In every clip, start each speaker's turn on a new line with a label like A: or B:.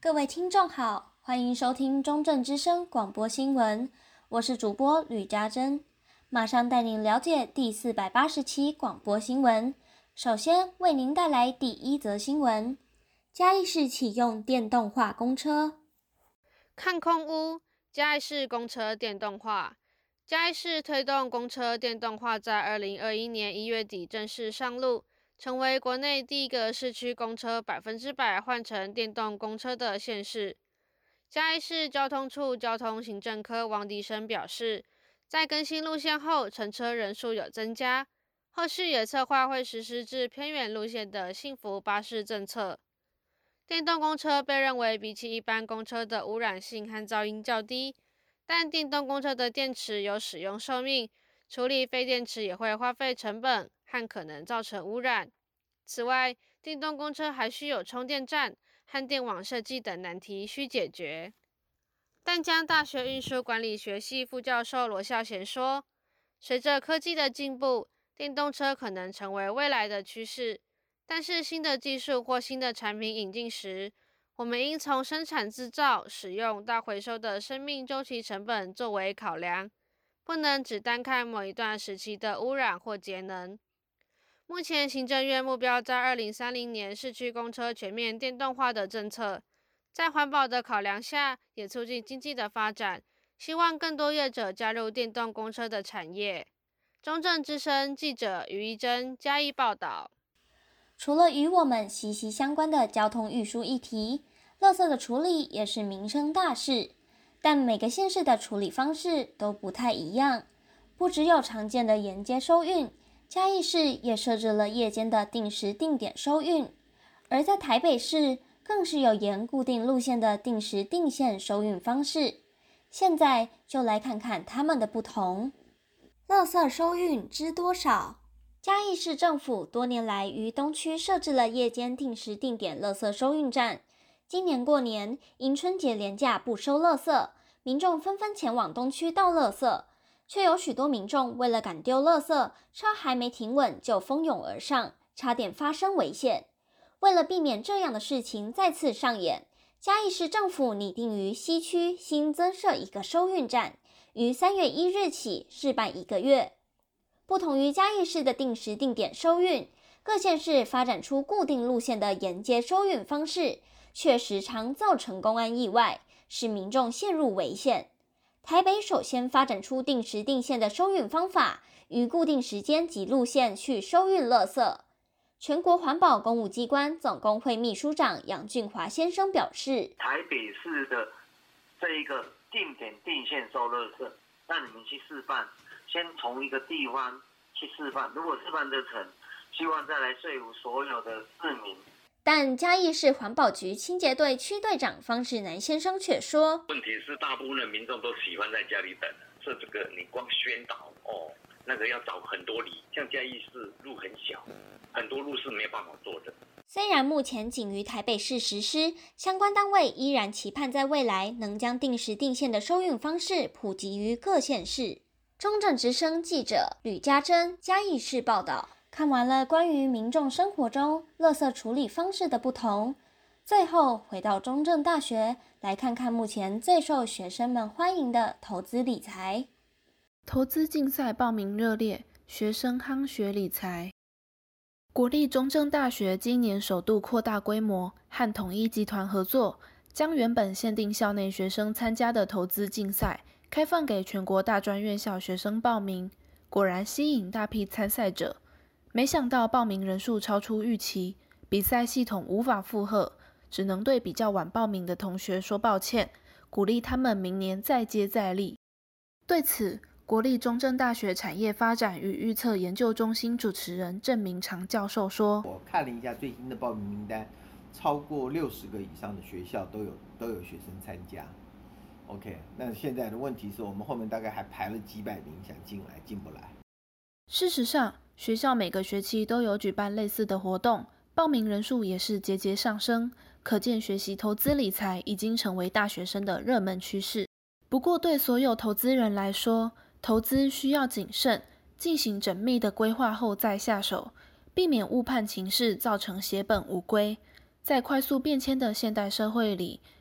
A: 各位听众好，欢迎收听中正之声广播新闻，我是主播吕家珍，马上带您了解第480期广播新闻。首先为您带来第一则新闻：嘉义市启用电动化公车。
B: 看空屋，嘉义市公车电动化。嘉义市推动公车电动化，在2021年1月底正式上路，成为国内第一个市区公车100%换成电动公车的县市。嘉义市交通处交通行政科王迪生表示，在更新路线后，乘车人数有增加，后续也策划会实施至偏远路线的幸福巴士政策。电动公车被认为比起一般公车的污染性和噪音较低，但电动公车的电池有使用寿命，处理废电池也会花费成本和可能造成污染。此外，电动公车还需有充电站和电网设计等难题需解决。淡江大学运输管理学系副教授罗孝贤说，随着科技的进步，电动车可能成为未来的趋势，但是新的技术或新的产品引进时，我们应从生产制造、使用到回收的生命周期成本作为考量，不能只单看某一段时期的污染或节能。目前行政院目标在2030年市区公车全面电动化的政策，在环保的考量下，也促进经济的发展，希望更多业者加入电动公车的产业。中正之声记者于一珍嘉义报道。
A: 除了与我们息息相关的交通运输议题，垃圾的处理也是民生大事，但每个县市的处理方式都不太一样。不只有常见的沿街收运，嘉义市也设置了夜间的定时定点收运，而在台北市更是有沿固定路线的定时定线收运方式。现在就来看看它们的不同。垃圾收运知多少？嘉义市政府多年来于东区设置了夜间定时定点垃圾收运站。今年过年，因春节连假不收垃圾，民众纷纷前往东区倒垃圾，却有许多民众为了赶丢垃圾，车还没停稳就蜂拥而上，差点发生危险。为了避免这样的事情再次上演，嘉义市政府拟定于西区新增设一个收运站，于3月1日起试办1个月。不同于嘉义市的定时定点收运，各县市发展出固定路线的沿街收运方式，却时常造成公安意外，使民众陷入危险。台北首先发展出定时定线的收运方法，于固定时间及路线去收运垃圾。全国环保公务机关总工会秘书长杨俊华先生表示，
C: 台北市的这一个定点定线收垃圾，让你们去示范，先从一个地方去示范，如果示范得成，希望再来说服所有的市民。
A: 但嘉义市环保局清洁队区队长方志南先生却说，
D: 问题是大部分的民众都喜欢在家里等，这个你光宣导那个要找很多里，像嘉义市路很小，很多路是没办法做的。
A: 虽然目前仅于台北市实施，相关单位依然期盼在未来能将定时定线的收运方式普及于各县市。中正之声记者吕家珍嘉义市报道。看完了关于民众生活中垃圾处理方式的不同，最后回到中正大学，来看看目前最受学生们欢迎的投资理财。
E: 投资竞赛报名热烈，学生夯学理财。国立中正大学今年首度扩大规模，和统一集团合作，将原本限定校内学生参加的投资竞赛，开放给全国大专院校学生报名，果然吸引大批参赛者。没想到报名人数超出预期，比赛系统无法负荷，只能对比较晚报名的同学说抱歉，鼓励他们明年再接再厉。对此，国立中正大学产业发展与预测研究中心主持人郑明常教授说，
F: 我看了一下最新的报名名单，超过60个以上的学校都有学生参加。OK， 那现在的问题是我们后面大概还排了几百名想进来，进不来。
E: 事实上，学校每个学期都有举办类似的活动，报名人数也是节节上升，可见学习投资理财已经成为大学生的热门趋势。不过对所有投资人来说，投资需要谨慎，进行缜密的规划后再下手，避免误判情势造成血本无归。在快速变迁的现代社会里，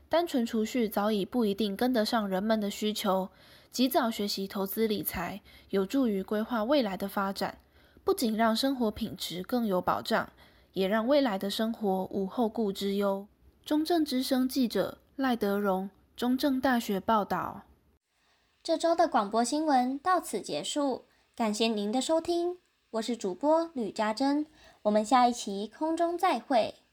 E: 单纯储蓄早已不一定跟得上人们的需求，及早学习投资理财，有助于规划未来的发展，不仅让生活品质更有保障，也让未来的生活无后顾之忧。中正之声记者赖德荣，中正大学报道。
A: 这周的广播新闻到此结束，感谢您的收听，我是主播吕家珍，我们下一期空中再会。